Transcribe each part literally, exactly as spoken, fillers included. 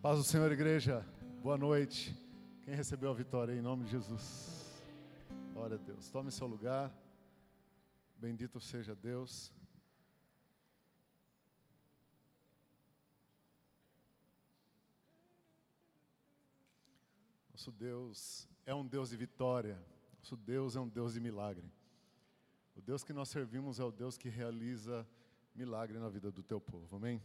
Paz do Senhor, igreja. Boa noite. Quem recebeu a vitória em nome de Jesus? Glória a Deus. Tome seu lugar. Bendito seja Deus. Nosso Deus é um Deus de vitória. Nosso Deus é um Deus de milagre. O Deus que nós servimos é o Deus que realiza milagre na vida do teu povo. Amém?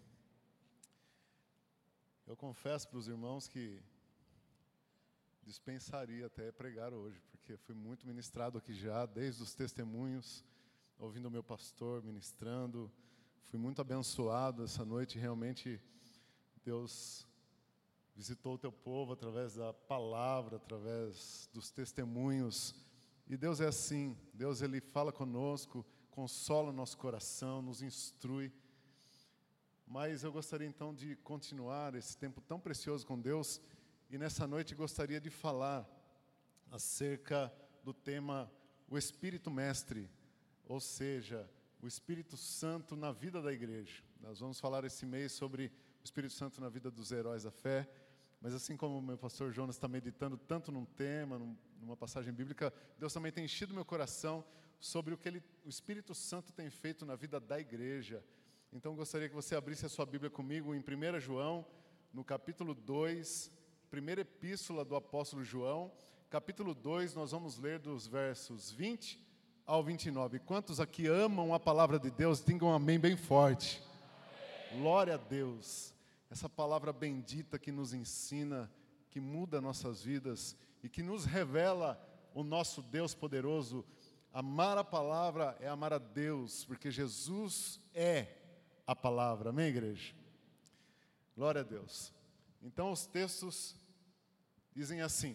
Eu confesso para os irmãos que dispensaria até pregar hoje, porque fui muito ministrado aqui já, desde os testemunhos, ouvindo o meu pastor ministrando. Fui muito abençoado essa noite. Realmente Deus visitou o teu povo através da palavra, através dos testemunhos. E Deus é assim. Deus, Ele fala conosco, consola o nosso coração, nos instrui. Mas eu gostaria então de continuar esse tempo tão precioso com Deus. E nessa noite gostaria de falar acerca do tema o Espírito Mestre, ou seja, o Espírito Santo na vida da igreja. Nós vamos falar esse mês sobre o Espírito Santo na vida dos heróis da fé. Mas assim como o meu pastor Jonas está meditando tanto num tema, numa passagem bíblica, Deus também tem enchido meu coração sobre o que ele, o Espírito Santo tem feito na vida da igreja. Então gostaria que você abrisse a sua Bíblia comigo em primeiro João, no capítulo dois, primeira epístola do apóstolo João, capítulo dois, nós vamos ler dos versos vinte ao vinte e nove. Quantos aqui amam a palavra de Deus, digam um amém bem forte. Amém. Glória a Deus. Essa palavra bendita que nos ensina, que muda nossas vidas e que nos revela o nosso Deus poderoso. Amar a palavra é amar a Deus, porque Jesus é a palavra. Amém, igreja? Glória a Deus. Então os textos dizem assim: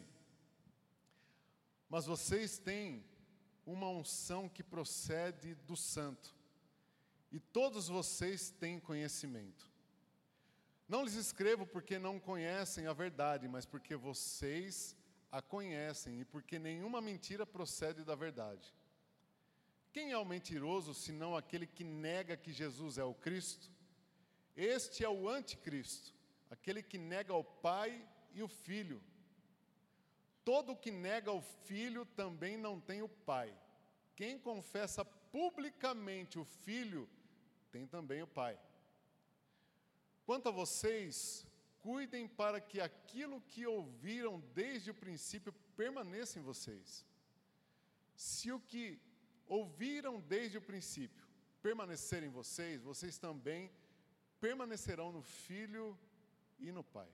mas vocês têm uma unção que procede do Santo, e todos vocês têm conhecimento. Não lhes escrevo porque não conhecem a verdade, mas porque vocês a conhecem e porque nenhuma mentira procede da verdade. Quem é o mentiroso, senão aquele que nega que Jesus é o Cristo? Este é o anticristo, aquele que nega o Pai e o Filho. Todo que nega o Filho também não tem o Pai. Quem confessa publicamente o Filho, tem também o Pai. Quanto a vocês, cuidem para que aquilo que ouviram desde o princípio permaneça em vocês. Se o que ouviram desde o princípio permanecer em vocês, vocês também permanecerão no Filho e no Pai.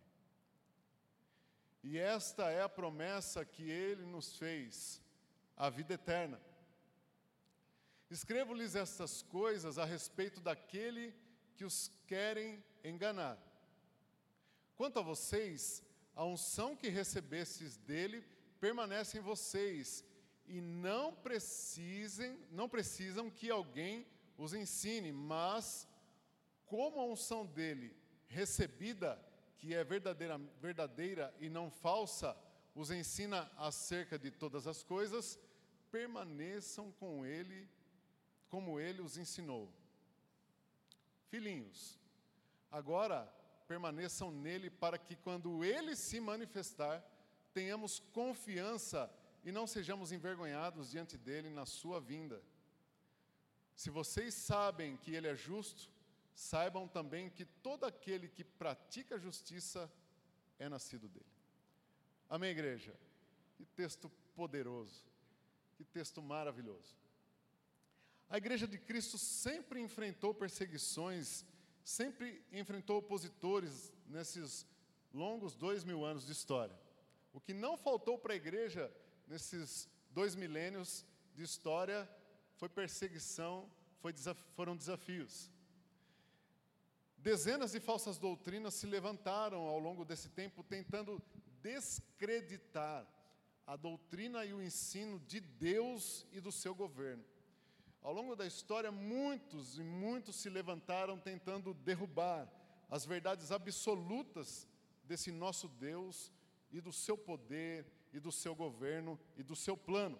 E esta é a promessa que Ele nos fez, a vida eterna. Escrevo-lhes estas coisas a respeito daquele que os querem enganar. Quanto a vocês, a unção que recebestes dele permanece em vocês, e não precisem, não precisam que alguém os ensine, mas como a unção dele recebida, que é verdadeira, verdadeira e não falsa, os ensina acerca de todas as coisas, permaneçam com ele, como ele os ensinou. Filhinhos, agora permaneçam nele para que quando ele se manifestar, tenhamos confiança e não sejamos envergonhados diante dele na sua vinda. Se vocês sabem que ele é justo, saibam também que todo aquele que pratica a justiça é nascido dele. Amém, igreja? Que texto poderoso, que texto maravilhoso. A igreja de Cristo sempre enfrentou perseguições, sempre enfrentou opositores nesses longos dois mil anos de história. O que não faltou para a igreja nesses dois milênios de história foi perseguição, foi desaf- foram desafios. Dezenas de falsas doutrinas se levantaram ao longo desse tempo, tentando descreditar a doutrina e o ensino de Deus e do seu governo. Ao longo da história, muitos e muitos se levantaram tentando derrubar as verdades absolutas desse nosso Deus e do seu poder, e do seu governo, e do seu plano.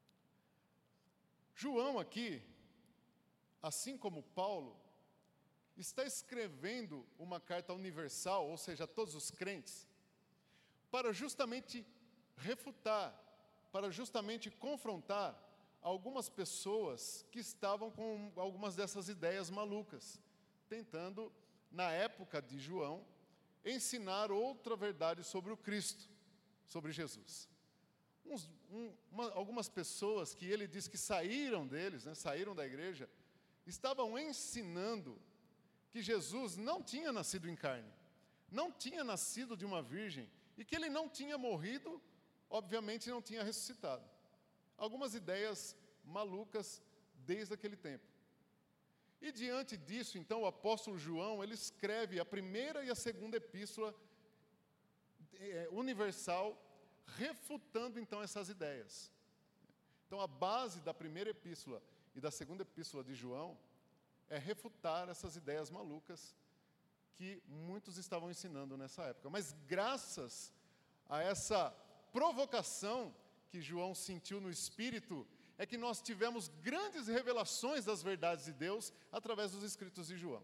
João aqui, assim como Paulo, está escrevendo uma carta universal, ou seja, a todos os crentes, para justamente refutar, para justamente confrontar algumas pessoas que estavam com algumas dessas ideias malucas, tentando, na época de João, ensinar outra verdade sobre o Cristo, sobre Jesus. Uns, um, uma, algumas pessoas que ele diz que saíram deles, né, saíram da igreja, estavam ensinando que Jesus não tinha nascido em carne, não tinha nascido de uma virgem, e que ele não tinha morrido, obviamente não tinha ressuscitado. Algumas ideias malucas desde aquele tempo. E diante disso, então, o apóstolo João, ele escreve a primeira e a segunda epístola é, universal, refutando, então, essas ideias. Então, a base da primeira epístola e da segunda epístola de João é refutar essas ideias malucas que muitos estavam ensinando nessa época. Mas graças a essa provocação que João sentiu no Espírito, é que nós tivemos grandes revelações das verdades de Deus através dos escritos de João.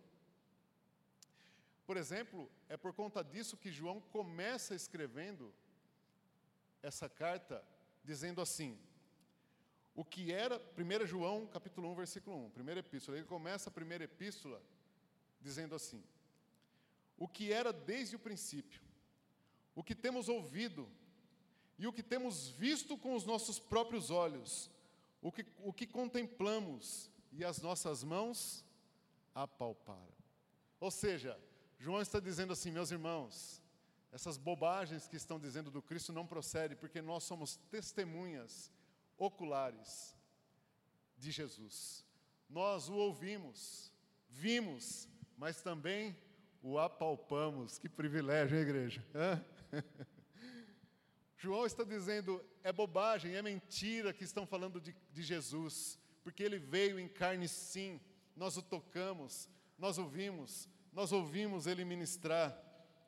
Por exemplo, é por conta disso que João começa escrevendo essa carta, dizendo assim, o que era, primeiro João, capítulo um, versículo um, primeira epístola, ele começa a primeira epístola dizendo assim, o que era desde o princípio, o que temos ouvido e o que temos visto com os nossos próprios olhos, o que, o que contemplamos e as nossas mãos apalparam. Ou seja, João está dizendo assim, meus irmãos, essas bobagens que estão dizendo do Cristo não procedem, porque nós somos testemunhas oculares de Jesus. Nós o ouvimos, vimos, mas também o apalpamos. Que privilégio, hein, igreja? Hã? João está dizendo, é bobagem, é mentira que estão falando de, de Jesus, porque ele veio em carne sim, nós o tocamos, nós o vimos, nós ouvimos ele ministrar.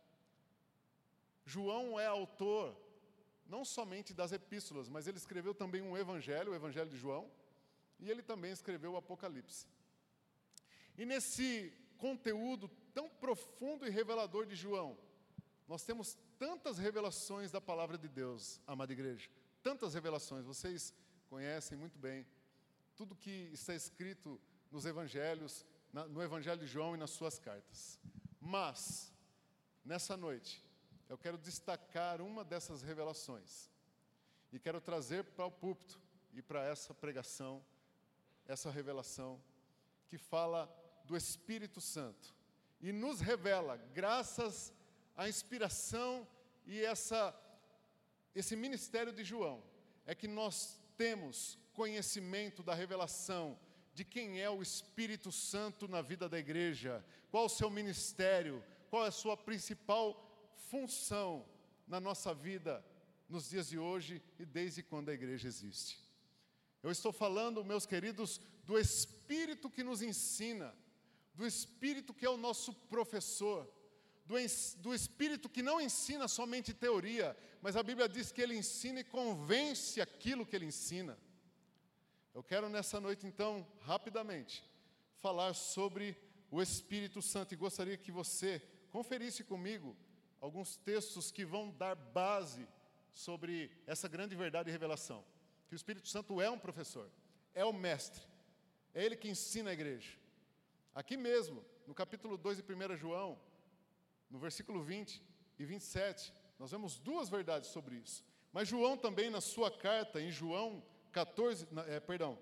João é autor, não somente das epístolas, mas ele escreveu também um evangelho, o evangelho de João, e ele também escreveu o Apocalipse. E nesse conteúdo tão profundo e revelador de João, nós temos tantas revelações da palavra de Deus, amada igreja, tantas revelações, vocês conhecem muito bem, tudo que está escrito nos evangelhos, na, no evangelho de João e nas suas cartas. Mas, nessa noite, eu quero destacar uma dessas revelações, e quero trazer para o púlpito e para essa pregação, essa revelação, que fala do Espírito Santo, e nos revela, graças a inspiração e essa, esse ministério de João, é que nós temos conhecimento da revelação de quem é o Espírito Santo na vida da igreja, qual o seu ministério, qual é a sua principal função na nossa vida, nos dias de hoje e desde quando a igreja existe. Eu estou falando, meus queridos, do Espírito que nos ensina, do Espírito que é o nosso professor, Do, do Espírito que não ensina somente teoria, mas a Bíblia diz que ele ensina e convence aquilo que ele ensina. Eu quero nessa noite, então, rapidamente, falar sobre o Espírito Santo, e gostaria que você conferisse comigo alguns textos que vão dar base sobre essa grande verdade e revelação, que o Espírito Santo é um professor, é o mestre, é ele que ensina a igreja. Aqui mesmo, no capítulo dois de primeiro João, no versículo vinte e vinte e sete, nós vemos duas verdades sobre isso. Mas João também, na sua carta, em João catorze, é, perdão,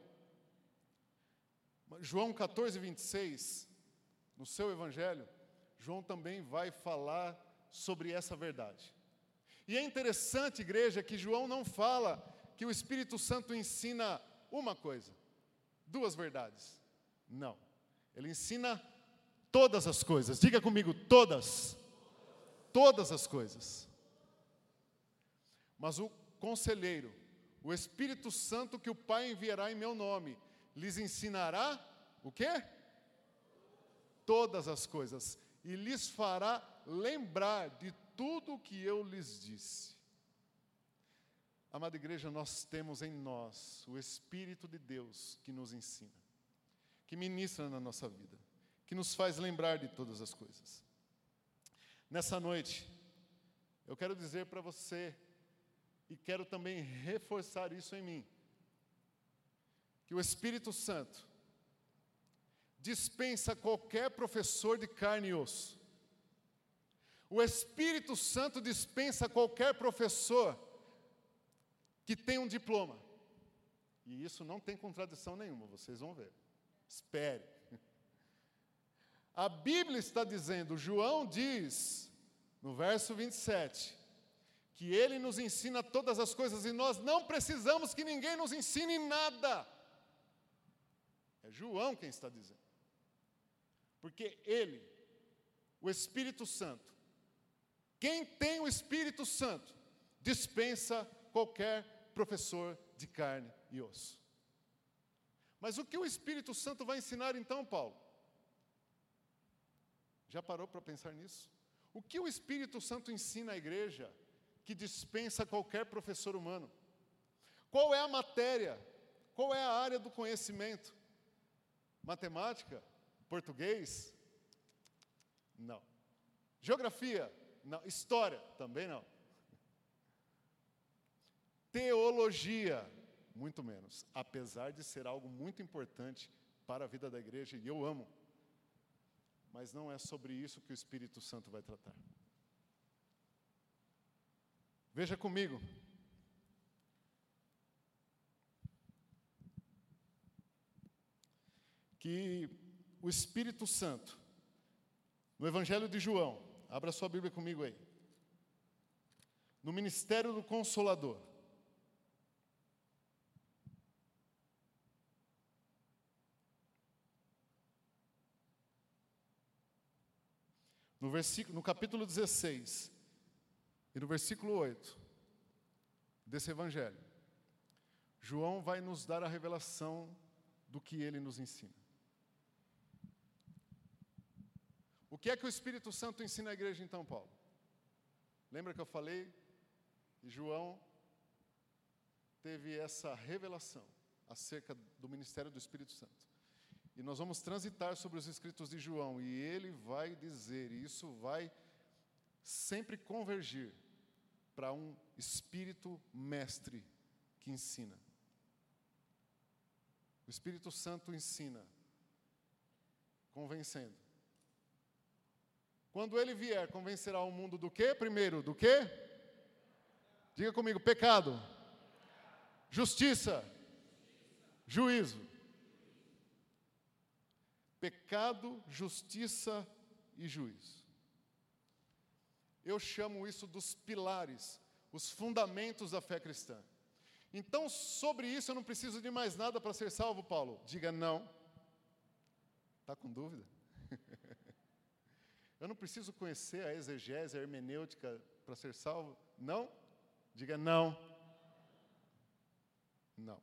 João catorze, vinte e seis, no seu evangelho, João também vai falar sobre essa verdade. E é interessante, igreja, que João não fala que o Espírito Santo ensina uma coisa, duas verdades. Não, ele ensina todas as coisas. Diga comigo, todas. Todas as coisas. Mas o conselheiro, o Espírito Santo que o Pai enviará em meu nome, lhes ensinará o quê? Todas as coisas. E lhes fará lembrar de tudo o que eu lhes disse. Amada igreja, nós temos em nós o Espírito de Deus que nos ensina, que ministra na nossa vida, que nos faz lembrar de todas as coisas. Nessa noite, eu quero dizer para você, e quero também reforçar isso em mim, que o Espírito Santo dispensa qualquer professor de carne e osso. O Espírito Santo dispensa qualquer professor que tem um diploma. E isso não tem contradição nenhuma, vocês vão ver. Espere. A Bíblia está dizendo, João diz, no verso vinte e sete, que ele nos ensina todas as coisas e nós não precisamos que ninguém nos ensine nada. É João quem está dizendo. Porque ele, o Espírito Santo, quem tem o Espírito Santo, dispensa qualquer professor de carne e osso. Mas o que o Espírito Santo vai ensinar então, Paulo? Já parou para pensar nisso? O que o Espírito Santo ensina à igreja que dispensa qualquer professor humano? Qual é a matéria? Qual é a área do conhecimento? Matemática? Português? Não. Geografia? Não. História? Também não. Teologia? Muito menos. Apesar de ser algo muito importante para a vida da igreja, e eu amo. Mas não é sobre isso que o Espírito Santo vai tratar. Veja comigo. Que o Espírito Santo, no Evangelho de João, abra sua Bíblia comigo aí, no ministério do Consolador, no, versículo, no capítulo dezesseis, e no versículo oito, desse Evangelho, João vai nos dar a revelação do que ele nos ensina. O que é que o Espírito Santo ensina à igreja então, Paulo? Lembra que eu falei que João teve essa revelação acerca do ministério do Espírito Santo. E nós vamos transitar sobre os escritos de João, e ele vai dizer, e isso vai sempre convergir para um Espírito mestre que ensina. O Espírito Santo ensina, convencendo. Quando ele vier, convencerá o mundo do quê? Primeiro, do quê? Diga comigo, pecado, justiça, juízo. Pecado, justiça e juízo. Eu chamo isso dos pilares, os fundamentos da fé cristã. Então, sobre isso eu não preciso de mais nada para ser salvo, Paulo? Diga não. Está com dúvida? Eu não preciso conhecer a exegese, a hermenêutica para ser salvo? Não? Diga não. Não.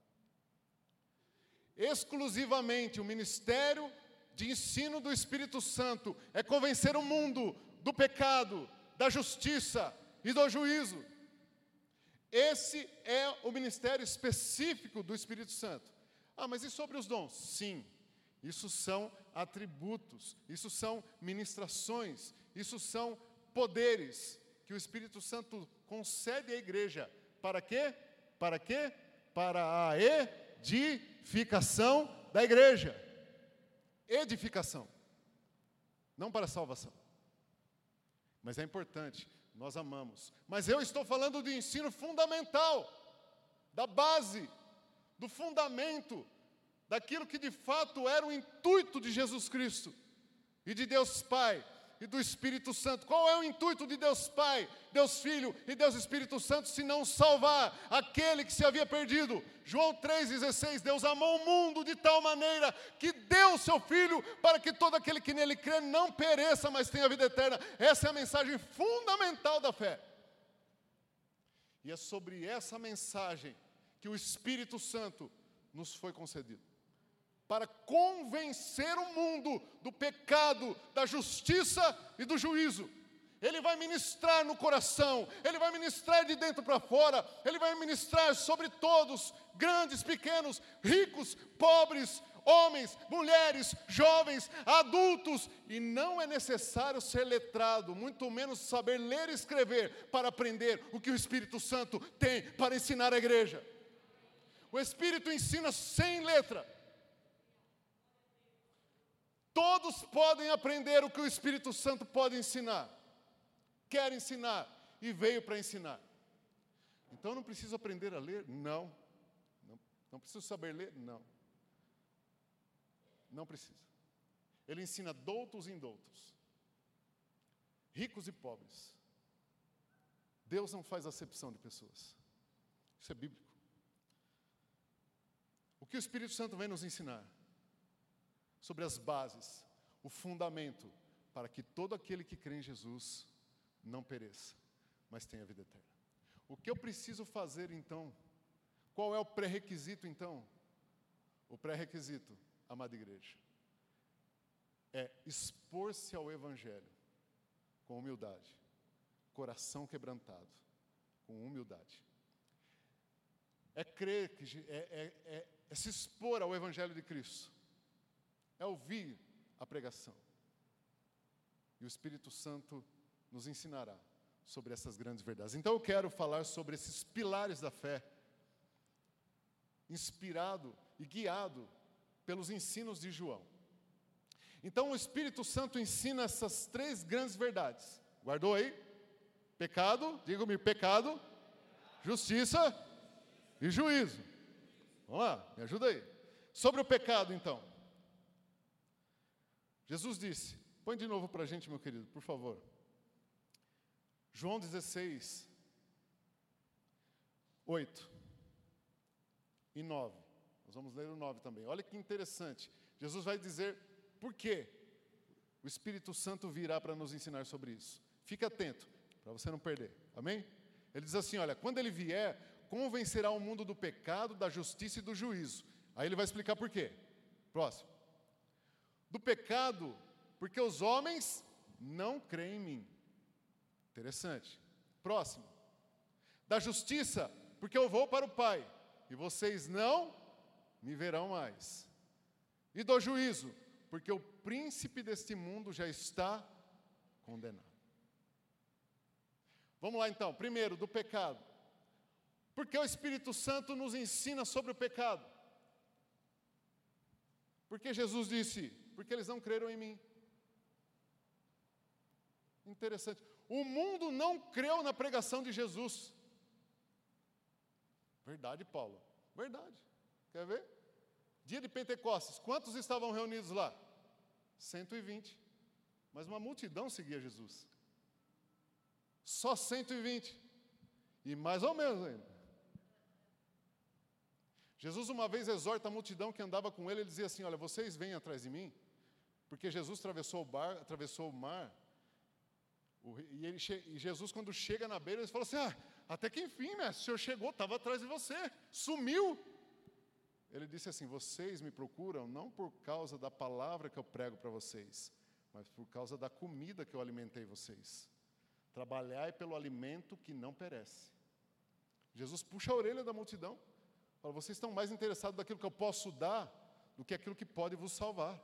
Exclusivamente o ministério de ensino do Espírito Santo é convencer o mundo do pecado, da justiça e do juízo. Esse é o ministério específico do Espírito Santo. Ah, mas e sobre os dons? Sim. Isso são atributos, isso são ministrações, isso são poderes que o Espírito Santo concede à igreja. Para quê? Para quê? Para a edificação da igreja. Edificação. Não para salvação. Mas é importante, nós amamos. Mas eu estou falando de ensino fundamental, da base, do fundamento, daquilo que de fato era o intuito de Jesus Cristo e de Deus Pai e do Espírito Santo. Qual é o intuito de Deus Pai, Deus Filho e Deus Espírito Santo, se não salvar aquele que se havia perdido? João três dezesseis, Deus amou o mundo de tal maneira que deu o seu Filho para que todo aquele que nele crê não pereça, mas tenha vida eterna. Essa é a mensagem fundamental da fé. E é sobre essa mensagem que o Espírito Santo nos foi concedido. Para convencer o mundo do pecado, da justiça e do juízo. Ele vai ministrar no coração, Ele vai ministrar de dentro para fora, Ele vai ministrar sobre todos, grandes, pequenos, ricos, pobres, homens, mulheres, jovens, adultos, e não é necessário ser letrado, muito menos saber ler e escrever para aprender o que o Espírito Santo tem para ensinar a igreja. O Espírito ensina sem letra. Todos podem aprender o que o Espírito Santo pode ensinar, quer ensinar e veio para ensinar. Então não preciso aprender a ler? Não. Não, não preciso saber ler? Não. Não precisa. Ele ensina doutos e indoutos, ricos e pobres. Deus não faz acepção de pessoas. Isso é bíblico. O que o Espírito Santo vem nos ensinar? Sobre as bases, o fundamento, para que todo aquele que crê em Jesus não pereça, mas tenha vida eterna. O que eu preciso fazer então? Qual é o pré-requisito então? O pré-requisito, amada igreja, é expor-se ao Evangelho com humildade, coração quebrantado, com humildade. É crer, que, é, é, é, é se expor ao Evangelho de Cristo. É ouvir a pregação. E o Espírito Santo nos ensinará sobre essas grandes verdades. Então eu quero falar sobre esses pilares da fé, inspirado e guiado pelos ensinos de João. Então o Espírito Santo ensina essas três grandes verdades. Guardou aí? Pecado, diga-me, pecado, justiça e juízo. Vamos lá, me ajuda aí. Sobre o pecado, então. Jesus disse, põe de novo para a gente, meu querido, por favor. João dezesseis, oito e nove. Nós vamos ler o nove também. Olha que interessante. Jesus vai dizer por quê o Espírito Santo virá para nos ensinar sobre isso. Fica atento, para você não perder. Amém? Ele diz assim, olha, quando ele vier, convencerá o mundo do pecado, da justiça e do juízo. Aí ele vai explicar por quê. Próximo. Do pecado, porque os homens não creem em mim. Interessante. Próximo. Da justiça, porque eu vou para o Pai, e vocês não me verão mais. E do juízo, porque o príncipe deste mundo já está condenado. Vamos lá então. Primeiro, do pecado. Porque o Espírito Santo nos ensina sobre o pecado. Porque Jesus disse, porque eles não creram em mim. Interessante. O mundo não creu na pregação de Jesus. Verdade, Paulo. Verdade. Quer ver? Dia de Pentecostes, quantos estavam reunidos lá? cento e vinte. Mas uma multidão seguia Jesus. Só cento e vinte. E mais ou menos ainda. Jesus uma vez exorta a multidão que andava com ele, ele dizia assim, olha, vocês vêm atrás de mim, porque Jesus atravessou o, bar, atravessou o mar, o, e, ele, e Jesus quando chega na beira, ele fala assim, ah, até que enfim, mestre, o senhor chegou, estava atrás de você, sumiu. Ele disse assim, vocês me procuram não por causa da palavra que eu prego para vocês, mas por causa da comida que eu alimentei vocês. Trabalhai pelo alimento que não perece. Jesus puxa a orelha da multidão. Fala, vocês estão mais interessados naquilo que eu posso dar do que aquilo que pode vos salvar.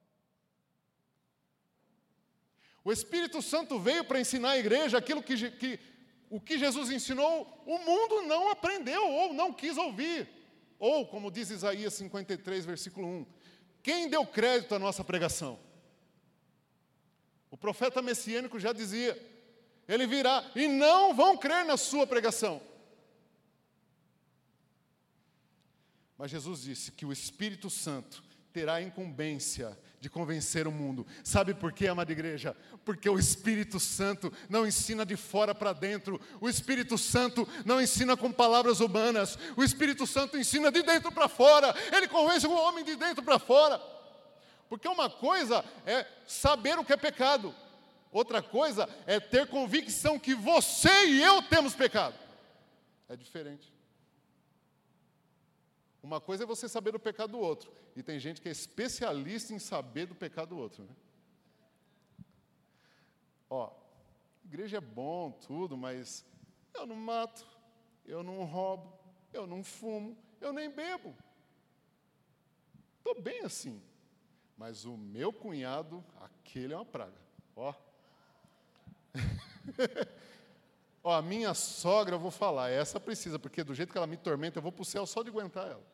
O Espírito Santo veio para ensinar a igreja aquilo que, que o que Jesus ensinou, o mundo não aprendeu ou não quis ouvir. Ou, como diz Isaías cinquenta e três, versículo um, quem deu crédito à nossa pregação? O profeta messiânico já dizia, ele virá e não vão crer na sua pregação. Mas Jesus disse que o Espírito Santo terá a incumbência de convencer o mundo. Sabe por quê, amada igreja? Porque o Espírito Santo não ensina de fora para dentro. O Espírito Santo não ensina com palavras humanas. O Espírito Santo ensina de dentro para fora. Ele convence o homem de dentro para fora. Porque uma coisa é saber o que é pecado. Outra coisa é ter convicção que você e eu temos pecado. É diferente. Uma coisa é você saber do pecado do outro. E tem gente que é especialista em saber do pecado do outro. Né? Ó, igreja é bom, tudo, mas eu não mato, eu não roubo, eu não fumo, eu nem bebo. estou bem assim. Mas o meu cunhado, aquele é uma praga. Ó. Ó, a minha sogra, eu vou falar, essa precisa, porque do jeito que ela me tormenta, eu vou para o céu só de aguentar ela.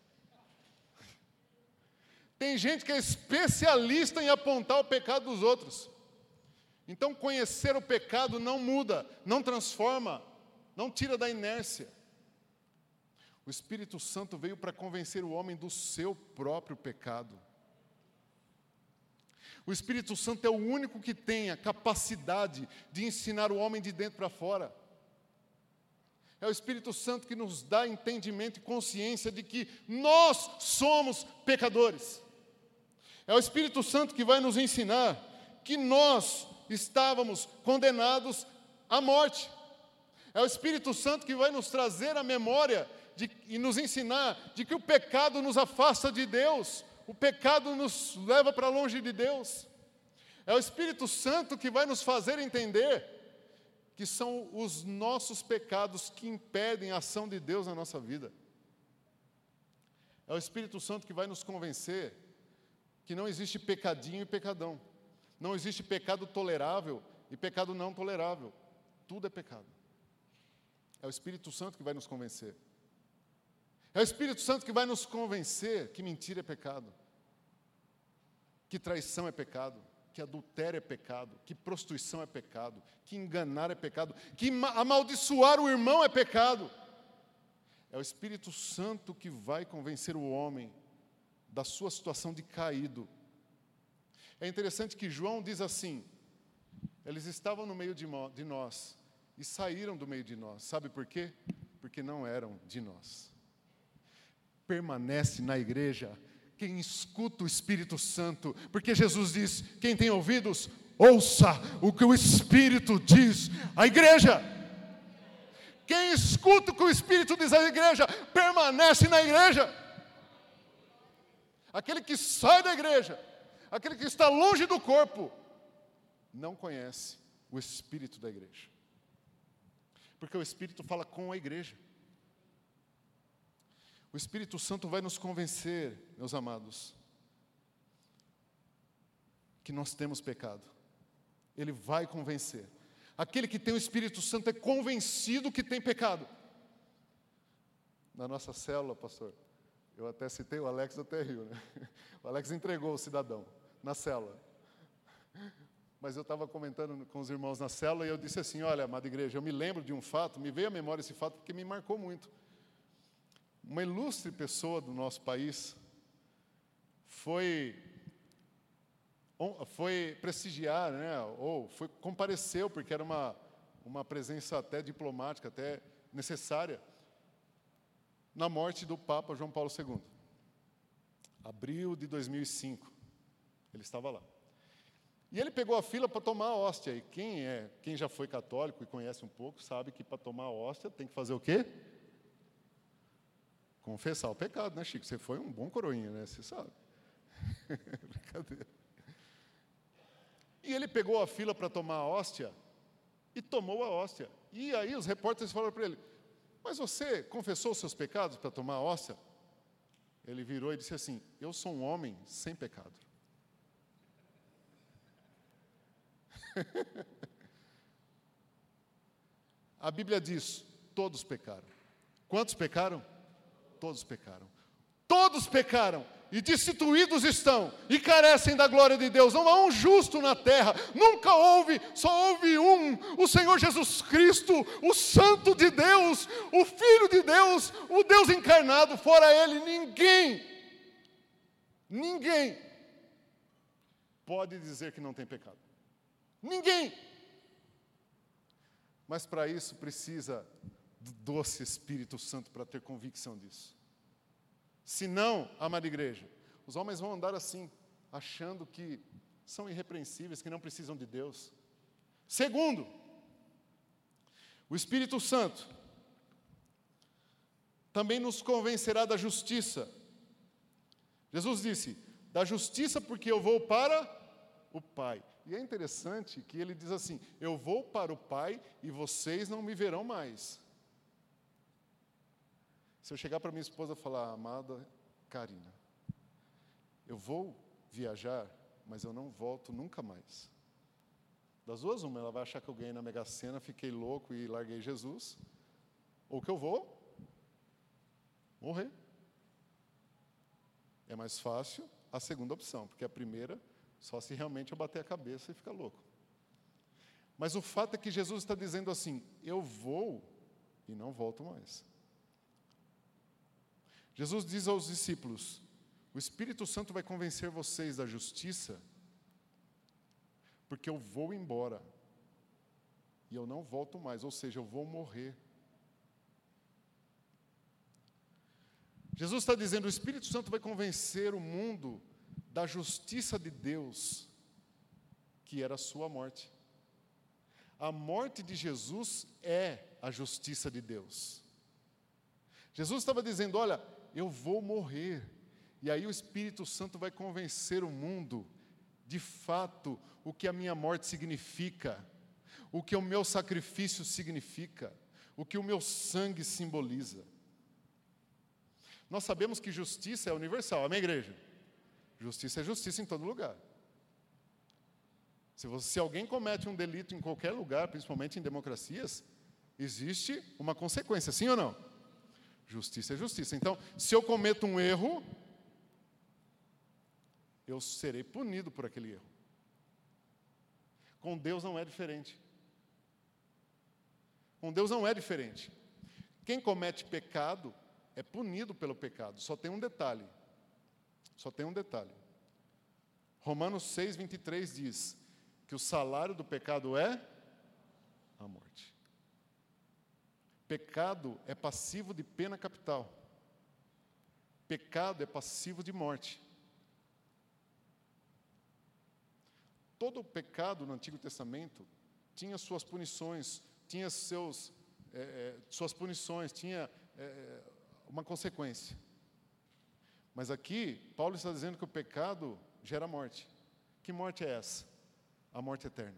Tem gente que é especialista em apontar o pecado dos outros. Então, conhecer o pecado não muda, não transforma, não tira da inércia. O Espírito Santo veio para convencer o homem do seu próprio pecado. O Espírito Santo é o único que tem a capacidade de ensinar o homem de dentro para fora. É o Espírito Santo que nos dá entendimento e consciência de que nós somos pecadores. É o Espírito Santo que vai nos ensinar que nós estávamos condenados à morte. É o Espírito Santo que vai nos trazer a memória de, e nos ensinar de que o pecado nos afasta de Deus, o pecado nos leva para longe de Deus. É o Espírito Santo que vai nos fazer entender que são os nossos pecados que impedem a ação de Deus na nossa vida. É o Espírito Santo que vai nos convencer que não existe pecadinho e pecadão. Não existe pecado tolerável e pecado não tolerável. Tudo é pecado. É o Espírito Santo que vai nos convencer. É o Espírito Santo que vai nos convencer que mentira é pecado, que traição é pecado, que adultério é pecado, que prostituição é pecado, que enganar é pecado, que amaldiçoar o irmão é pecado. É o Espírito Santo que vai convencer o homem da sua situação de caído. É interessante que João diz assim, eles estavam no meio de nós e saíram do meio de nós. Sabe por quê? Porque não eram de nós. Permanece na igreja quem escuta o Espírito Santo, porque Jesus diz, quem tem ouvidos, ouça o que o Espírito diz à igreja. Quem escuta o que o Espírito diz à igreja, permanece na igreja. Aquele que sai da igreja, aquele que está longe do corpo, não conhece o Espírito da igreja. Porque o Espírito fala com a igreja. O Espírito Santo vai nos convencer, meus amados, que nós temos pecado. Ele vai convencer. Aquele que tem o Espírito Santo é convencido que tem pecado. Na nossa célula, pastor, eu até citei o Alex até riu, né? O Alex entregou o cidadão na célula. Mas eu estava comentando com os irmãos na célula e eu disse assim, olha, amada igreja, eu me lembro de um fato, me veio à memória esse fato porque me marcou muito. Uma ilustre pessoa do nosso país foi, foi prestigiar, né, ou foi, compareceu, porque era uma, uma presença até diplomática, até necessária, na morte do Papa João Paulo segundo. Abril de dois mil e cinco, ele estava lá. E ele pegou a fila para tomar a hóstia. E quem, é, quem já foi católico e conhece um pouco, sabe que para tomar a hóstia tem que fazer o quê? Confessar o pecado, né, Chico? Você foi um bom coroinha, né? Você sabe. Brincadeira. E ele pegou a fila para tomar a hóstia e tomou a hóstia. E aí os repórteres falaram para ele, mas você confessou os seus pecados para tomar a hóstia? Ele virou e disse assim, eu sou um homem sem pecado. A Bíblia diz, todos pecaram. Quantos pecaram? Todos pecaram. Todos pecaram e destituídos estão e carecem da glória de Deus. Não há um justo na terra. Nunca houve, só houve um, o Senhor Jesus Cristo, o Santo de Deus, o Filho de Deus, o Deus encarnado. Fora Ele, ninguém, ninguém pode dizer que não tem pecado. Ninguém. Mas para isso precisa do doce Espírito Santo para ter convicção disso. Se não, amada igreja, os homens vão andar assim, achando que são irrepreensíveis, que não precisam de Deus. Segundo, o Espírito Santo também nos convencerá da justiça. Jesus disse, da justiça porque eu vou para o Pai. E é interessante que ele diz assim, eu vou para o Pai e vocês não me verão mais. Se eu chegar para minha esposa e falar, amada Karina, eu vou viajar, mas eu não volto nunca mais. Das duas, uma, ela vai achar que eu ganhei na Mega Sena, fiquei louco e larguei Jesus, ou que eu vou morrer. É mais fácil a segunda opção, porque a primeira, só se realmente eu bater a cabeça e ficar louco. Mas o fato é que Jesus está dizendo assim, eu vou e não volto mais. Jesus diz aos discípulos, o Espírito Santo vai convencer vocês da justiça, porque eu vou embora e eu não volto mais, ou seja, eu vou morrer. Jesus está dizendo, o Espírito Santo vai convencer o mundo da justiça de Deus, que era a sua morte. A morte de Jesus é a justiça de Deus. Jesus estava dizendo, olha, eu vou morrer. E aí o Espírito Santo vai convencer o mundo, de fato, o que a minha morte significa, o que o meu sacrifício significa, o que o meu sangue simboliza. Nós sabemos que justiça é universal, amém, igreja? Justiça é justiça em todo lugar. Se, você, se alguém comete um delito em qualquer lugar, principalmente em democracias, existe uma consequência, sim ou não? Justiça é justiça. Então, se eu cometo um erro, eu serei punido por aquele erro. Com Deus não é diferente. Com Deus não é diferente. Quem comete pecado é punido pelo pecado. Só tem um detalhe. Só tem um detalhe. Romanos seis, vinte e três diz que o salário do pecado é a morte. Pecado é passivo de pena capital. Pecado é passivo de morte. Todo o pecado no Antigo Testamento tinha suas punições, tinha seus, é, suas punições, tinha é, uma consequência. Mas aqui, Paulo está dizendo que o pecado gera morte. Que morte é essa? A morte eterna.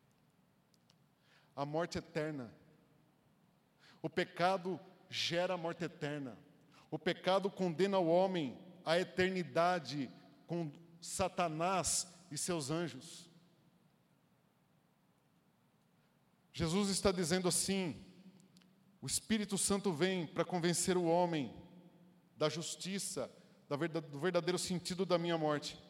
A morte eterna. O pecado gera a morte eterna. O pecado condena o homem à eternidade com Satanás e seus anjos. Jesus está dizendo assim, o Espírito Santo vem para convencer o homem da justiça, do verdadeiro sentido da minha morte.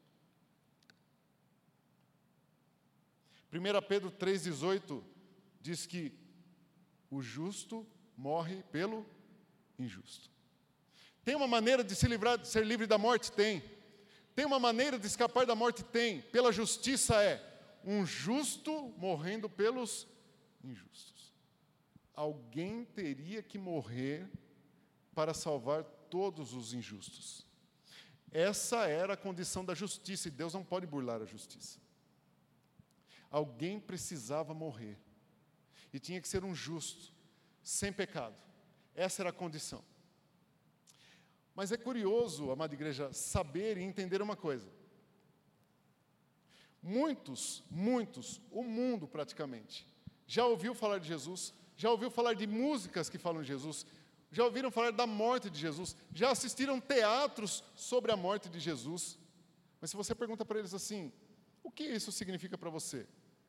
primeira Pedro três, dezoito diz que o justo morre pelo injusto. Tem uma maneira de se livrar, de ser livre da morte? Tem. Tem uma maneira de escapar da morte? Tem. Pela justiça é um justo morrendo pelos injustos. Alguém teria que morrer para salvar todos os injustos. Essa era a condição da justiça, e Deus não pode burlar a justiça. Alguém precisava morrer. E tinha que ser um justo, sem pecado. Essa era a condição. Mas é curioso, amada igreja, saber e entender uma coisa. Muitos, muitos, o mundo praticamente, já ouviu falar de Jesus, já ouviu falar de músicas que falam de Jesus, já ouviram falar da morte de Jesus, já assistiram teatros sobre a morte de Jesus. Mas se você pergunta para eles assim, o que isso significa para você?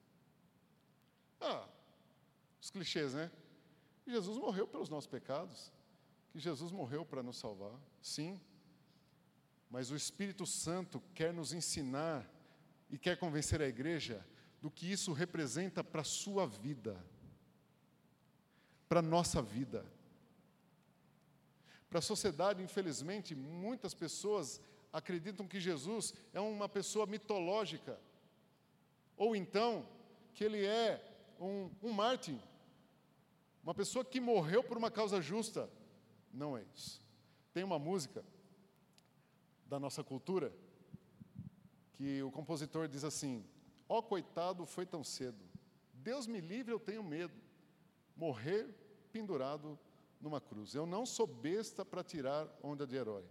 Ah, os clichês, né? Jesus morreu pelos nossos pecados, que Jesus morreu para nos salvar, sim. Mas o Espírito Santo quer nos ensinar e quer convencer a igreja do que isso representa para a sua vida, para a nossa vida. Para a sociedade, infelizmente, muitas pessoas acreditam que Jesus é uma pessoa mitológica, ou então que ele é um, um mártir, uma pessoa que morreu por uma causa justa. Não é isso. Tem uma música da nossa cultura que o compositor diz assim, ó coitado foi tão cedo, Deus me livre, eu tenho medo, morrer pendurado numa cruz. Eu não sou besta para tirar onda de herói.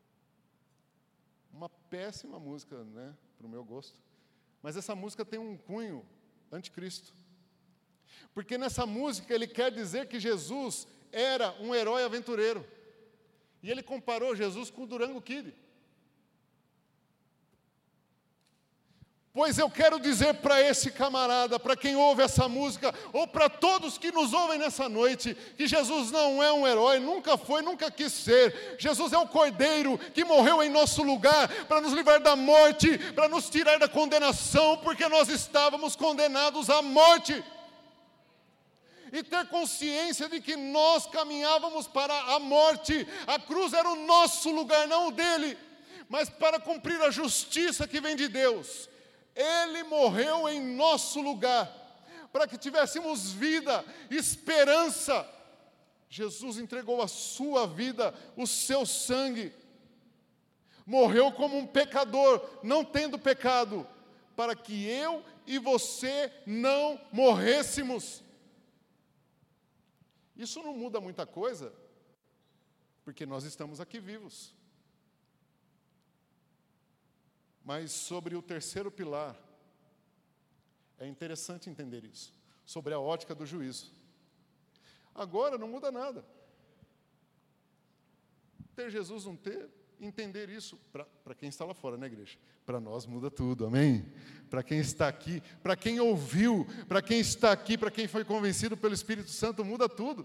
Uma péssima música, né, para o meu gosto. Mas essa música tem um cunho anticristo. Porque nessa música ele quer dizer que Jesus era um herói aventureiro. E ele comparou Jesus com o Durango Kid. Pois eu quero dizer para esse camarada, para quem ouve essa música, ou para todos que nos ouvem nessa noite, que Jesus não é um herói, nunca foi, nunca quis ser. Jesus é o Cordeiro que morreu em nosso lugar, para nos livrar da morte, para nos tirar da condenação, porque nós estávamos condenados à morte. E ter consciência de que nós caminhávamos para a morte, a cruz era o nosso lugar, não o dele, mas para cumprir a justiça que vem de Deus. Ele morreu em nosso lugar, para que tivéssemos vida, esperança. Jesus entregou a sua vida, o seu sangue. Morreu como um pecador, não tendo pecado, para que eu e você não morrêssemos. Isso não muda muita coisa, porque nós estamos aqui vivos. Mas sobre o terceiro pilar, é interessante entender isso, sobre a ótica do juízo. Agora não muda nada. Ter Jesus, não ter, entender isso, para quem está lá fora, né, igreja? Para nós muda tudo, amém? Para quem está aqui, para quem ouviu, para quem está aqui, para quem foi convencido pelo Espírito Santo, muda tudo.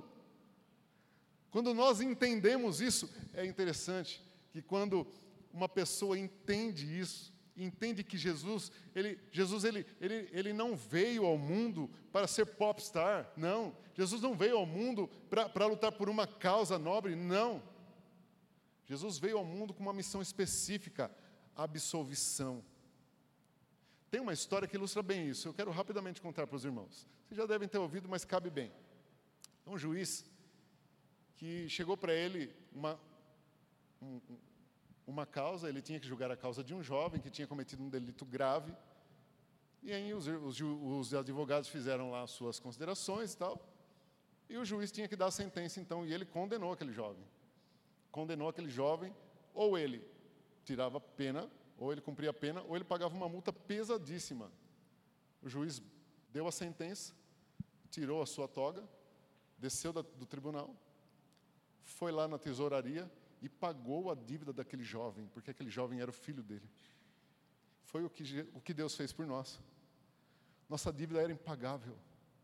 Quando nós entendemos isso, é interessante que quando uma pessoa entende isso, entende que Jesus, ele, Jesus ele, ele, ele não veio ao mundo para ser popstar, não. Jesus não veio ao mundo para, para lutar por uma causa nobre, não. Jesus veio ao mundo com uma missão específica, absolvição. Tem uma história que ilustra bem isso, eu quero rapidamente contar para os irmãos. Vocês já devem ter ouvido, mas cabe bem. É um juiz que chegou para ele uma... Um, uma causa, ele tinha que julgar a causa de um jovem que tinha cometido um delito grave, e aí os, os, os advogados fizeram lá as suas considerações e tal, e o juiz tinha que dar a sentença então, e ele condenou aquele jovem. Condenou aquele jovem, ou ele tirava pena, ou ele cumpria a pena, ou ele pagava uma multa pesadíssima. O juiz deu a sentença, tirou a sua toga, desceu da, do tribunal, foi lá na tesouraria, e pagou a dívida daquele jovem, porque aquele jovem era o filho dele. Foi o que, o que Deus fez por nós. Nossa dívida era impagável.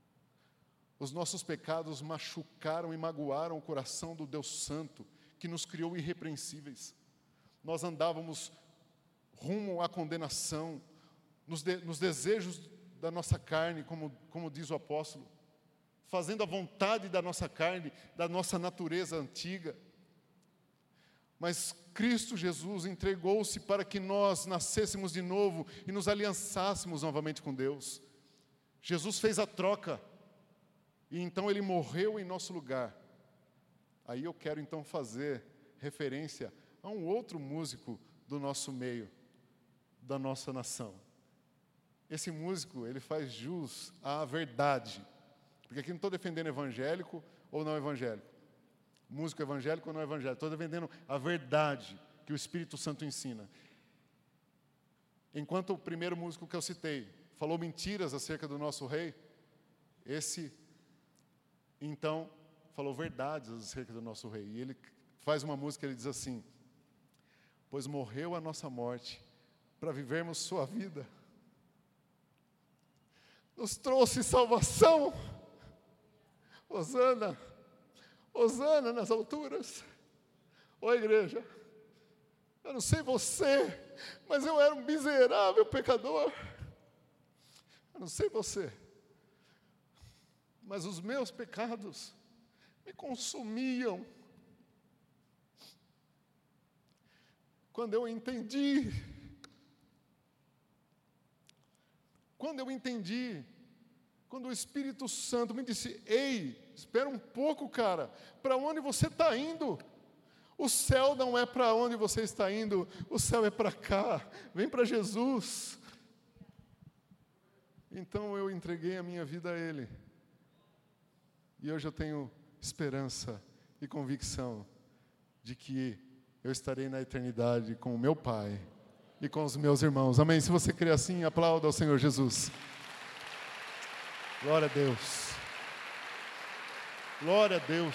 Os nossos pecados machucaram e magoaram o coração do Deus Santo, que nos criou irrepreensíveis. Nós andávamos rumo à condenação, nos, de, nos desejos da nossa carne, como, como diz o apóstolo, fazendo a vontade da nossa carne, da nossa natureza antiga. Mas Cristo Jesus entregou-se para que nós nascêssemos de novo e nos aliançássemos novamente com Deus. Jesus fez a troca, e então Ele morreu em nosso lugar. Aí eu quero então fazer referência a um outro músico do nosso meio, da nossa nação. Esse músico, ele faz jus à verdade, porque aqui não estou defendendo evangélico ou não evangélico. Músico evangélico ou não evangélico, estou defendendo a verdade que o Espírito Santo ensina. Enquanto o primeiro músico que eu citei falou mentiras acerca do nosso rei, esse, então, falou verdades acerca do nosso rei. E ele faz uma música, ele diz assim: pois morreu a nossa morte para vivermos sua vida, nos trouxe salvação. Hosana, Hosana nas alturas. Ô igreja, eu não sei você, mas eu era um miserável pecador. Eu não sei você, mas os meus pecados me consumiam. Quando eu entendi, quando eu entendi, quando o Espírito Santo me disse: ei, espera um pouco, cara, para onde você está indo? O céu não é para onde você está indo, o céu é para cá, vem para Jesus. Então eu entreguei a minha vida a Ele, e hoje eu tenho esperança e convicção de que eu estarei na eternidade com o meu Pai e com os meus irmãos. Amém? Se você crê assim, aplauda ao Senhor Jesus. Glória a Deus. Glória a Deus.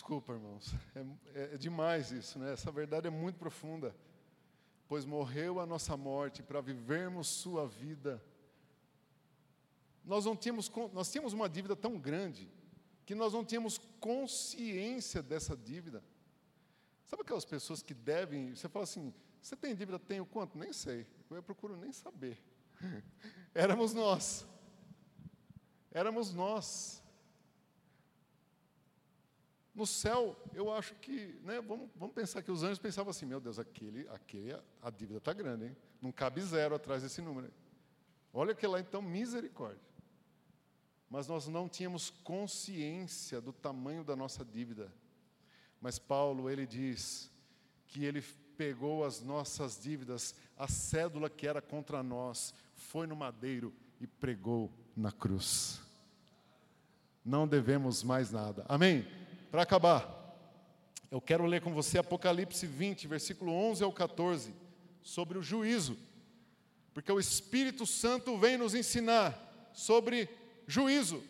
Desculpa, irmãos, é, é demais isso, né? Essa verdade é muito profunda. Pois morreu a nossa morte para vivermos sua vida. Nós não tínhamos, nós tínhamos uma dívida tão grande que nós não tínhamos consciência dessa dívida. Sabe aquelas pessoas que devem, você fala assim, você tem dívida? Tenho quanto? Nem sei, eu procuro nem saber. Éramos nós. Éramos nós. No céu, eu acho que, né, vamos, vamos pensar que os anjos pensavam assim, meu Deus, aquele, aquele, a dívida está grande, hein? Não cabe zero atrás desse número. Olha que lá, então, misericórdia. Mas nós não tínhamos consciência do tamanho da nossa dívida. Mas Paulo, ele diz que ele pegou as nossas dívidas, a cédula que era contra nós, foi no madeiro e pregou na cruz. Não devemos mais nada. Amém? Para acabar, eu quero ler com você Apocalipse vinte, versículo onze ao quatorze, sobre o juízo. Porque o Espírito Santo vem nos ensinar sobre juízo.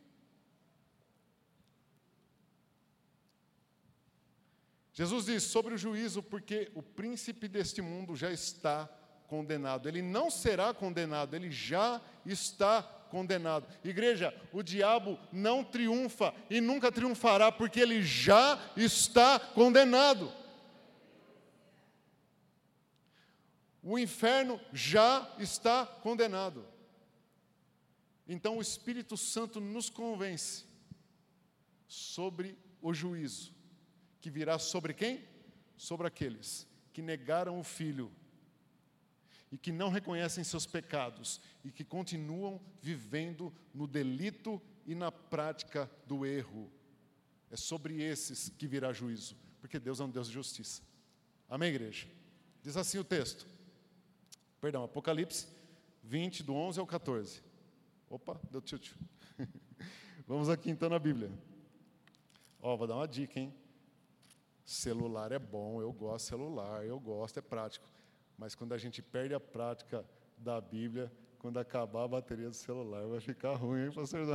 Jesus diz sobre o juízo, porque o príncipe deste mundo já está condenado. Ele não será condenado, ele já está condenado. Igreja, o diabo não triunfa e nunca triunfará, porque ele já está condenado. O inferno já está condenado. Então o Espírito Santo nos convence sobre o juízo, que virá sobre quem? Sobre aqueles que negaram o Filho e que não reconhecem seus pecados e que continuam vivendo no delito e na prática do erro. É sobre esses que virá juízo, porque Deus é um Deus de justiça. Amém, igreja? Diz assim o texto. Perdão, Apocalipse vinte, do onze ao quatorze. Opa, deu tchutchu. Vamos aqui então na Bíblia. Ó, vou dar uma dica, hein? Celular é bom, eu gosto de celular, eu gosto, é prático. Mas quando a gente perde a prática da Bíblia, quando acabar a bateria do celular, vai ficar ruim, hein, pastor?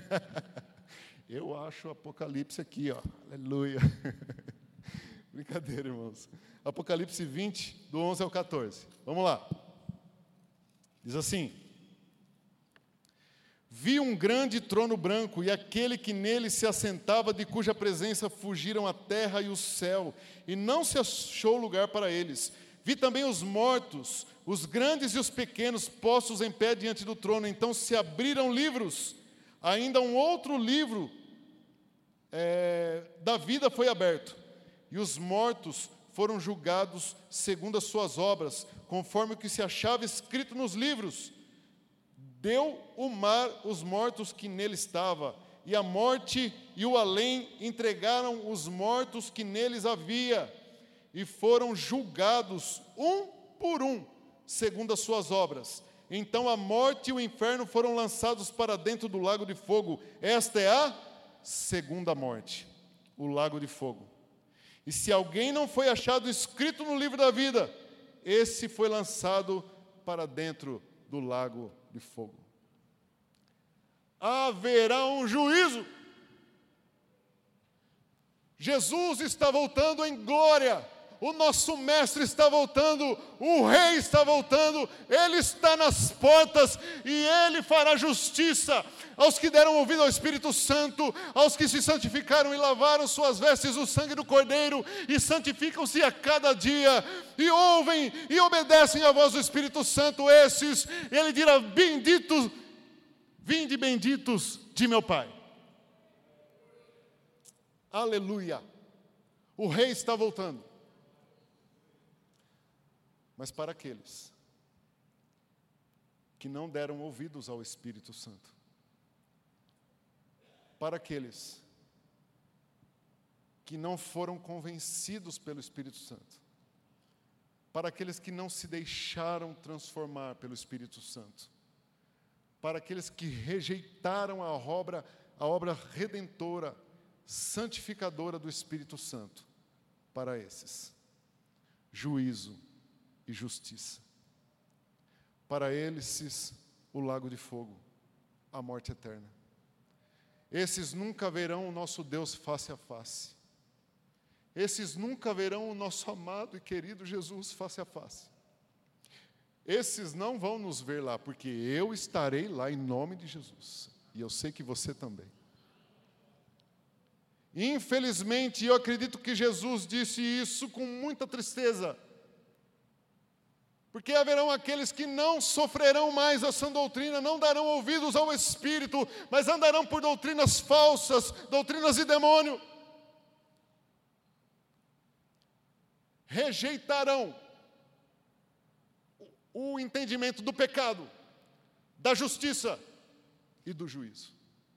Eu acho o Apocalipse aqui, ó. Aleluia. Brincadeira, irmãos. Apocalipse vinte, do onze ao quatorze. Vamos lá. Diz assim: vi um grande trono branco e aquele que nele se assentava, de cuja presença fugiram a terra e o céu, e não se achou lugar para eles. Vi também os mortos, os grandes e os pequenos, postos em pé diante do trono. Então se abriram livros. Ainda um outro livro é, da vida foi aberto. E os mortos foram julgados segundo as suas obras, conforme o que se achava escrito nos livros. Deu o mar os mortos que nele estava, e a morte e o além entregaram os mortos que neles havia, e foram julgados um por um, segundo as suas obras. Então a morte e o inferno foram lançados para dentro do lago de fogo. Esta é a segunda morte, o lago de fogo. E se alguém não foi achado escrito no livro da vida, esse foi lançado para dentro do lago de fogo. Haverá um juízo. Jesus está voltando em glória. O nosso mestre está voltando, o rei está voltando, ele está nas portas e ele fará justiça aos que deram ouvido ao Espírito Santo, aos que se santificaram e lavaram suas vestes no sangue do Cordeiro e santificam-se a cada dia e ouvem e obedecem à voz do Espírito Santo. Esses, ele dirá: benditos, vinde benditos de meu Pai. Aleluia. O rei está voltando. Mas para aqueles que não deram ouvidos ao Espírito Santo, para aqueles que não foram convencidos pelo Espírito Santo, para aqueles que não se deixaram transformar pelo Espírito Santo, para aqueles que rejeitaram a obra, a obra redentora, santificadora do Espírito Santo, para esses, juízo e justiça. Para eles, o lago de fogo, a morte eterna. Esses nunca verão o nosso Deus face a face. esses nunca verão o nosso amado e querido Jesus face a face. Esses não vão nos ver lá, porque eu estarei lá em nome de Jesus. E eu sei que você também. Infelizmente, eu acredito que Jesus disse isso com muita tristeza. Porque haverão aqueles que não sofrerão mais a sã doutrina, não darão ouvidos ao Espírito, mas andarão por doutrinas falsas, doutrinas de demônio. Rejeitarão o entendimento do pecado, da justiça e do juízo.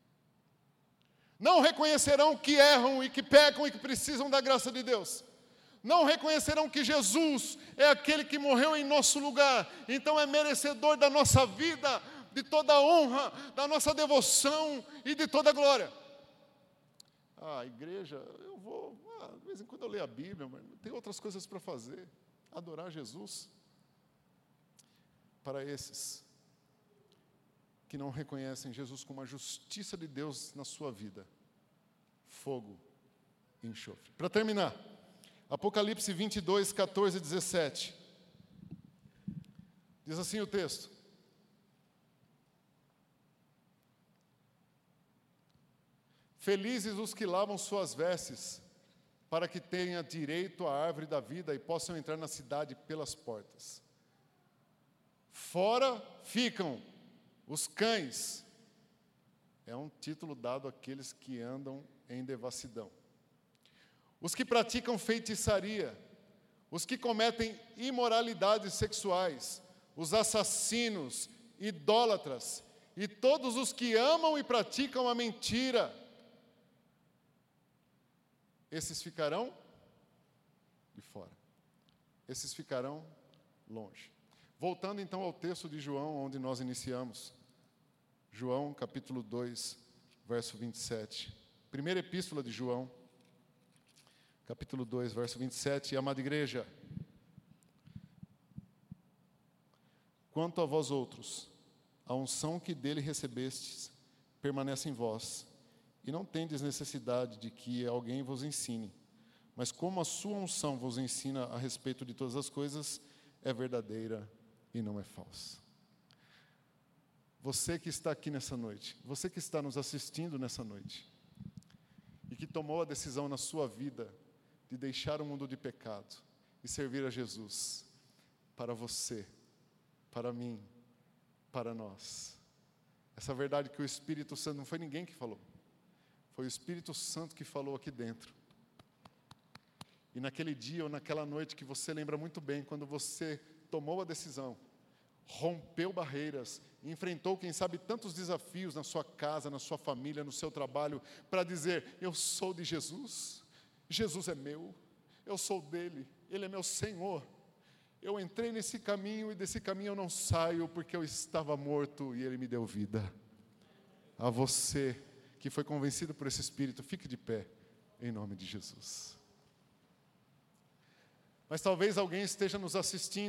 Não reconhecerão que erram e que pecam e que precisam da graça de Deus. Não reconhecerão que Jesus é aquele que morreu em nosso lugar, então é merecedor da nossa vida, de toda a honra, da nossa devoção e de toda a glória. Ah, igreja, eu vou, ah, de vez em quando eu leio a Bíblia, mas tem outras coisas para fazer. Adorar Jesus. Para esses que não reconhecem Jesus como a justiça de Deus na sua vida, fogo e enxofre. Para terminar, Apocalipse vinte e dois, quatorze e dezessete. Diz assim o texto: felizes os que lavam suas vestes, para que tenham direito à árvore da vida e possam entrar na cidade pelas portas. Fora ficam os cães. É um título dado àqueles que andam em devassidão. Os que praticam feitiçaria, os que cometem imoralidades sexuais, os assassinos, idólatras, e todos os que amam e praticam a mentira. Esses ficarão de fora. Esses ficarão longe. Voltando então ao texto de João, onde nós iniciamos. João, capítulo dois, verso vinte e sete. Primeira epístola de João, capítulo dois, verso vinte e sete. E, amada igreja, quanto a vós outros, a unção que dele recebestes permanece em vós, e não tendes necessidade de que alguém vos ensine, mas como a sua unção vos ensina a respeito de todas as coisas, é verdadeira e não é falsa. Você que está aqui nessa noite, você que está nos assistindo nessa noite, e que tomou a decisão na sua vida de deixar o mundo de pecado e servir a Jesus, para você, para mim, para nós. Essa verdade que o Espírito Santo, não foi ninguém que falou, foi o Espírito Santo que falou aqui dentro. E naquele dia ou naquela noite que você lembra muito bem, quando você tomou a decisão, rompeu barreiras, enfrentou, quem sabe, tantos desafios na sua casa, na sua família, no seu trabalho, para dizer: eu sou de Jesus, Jesus é meu, eu sou dele, ele é meu Senhor. Eu entrei nesse caminho e desse caminho eu não saio, porque eu estava morto e ele me deu vida. A você que foi convencido por esse Espírito, fique de pé, em nome de Jesus. Mas talvez alguém esteja nos assistindo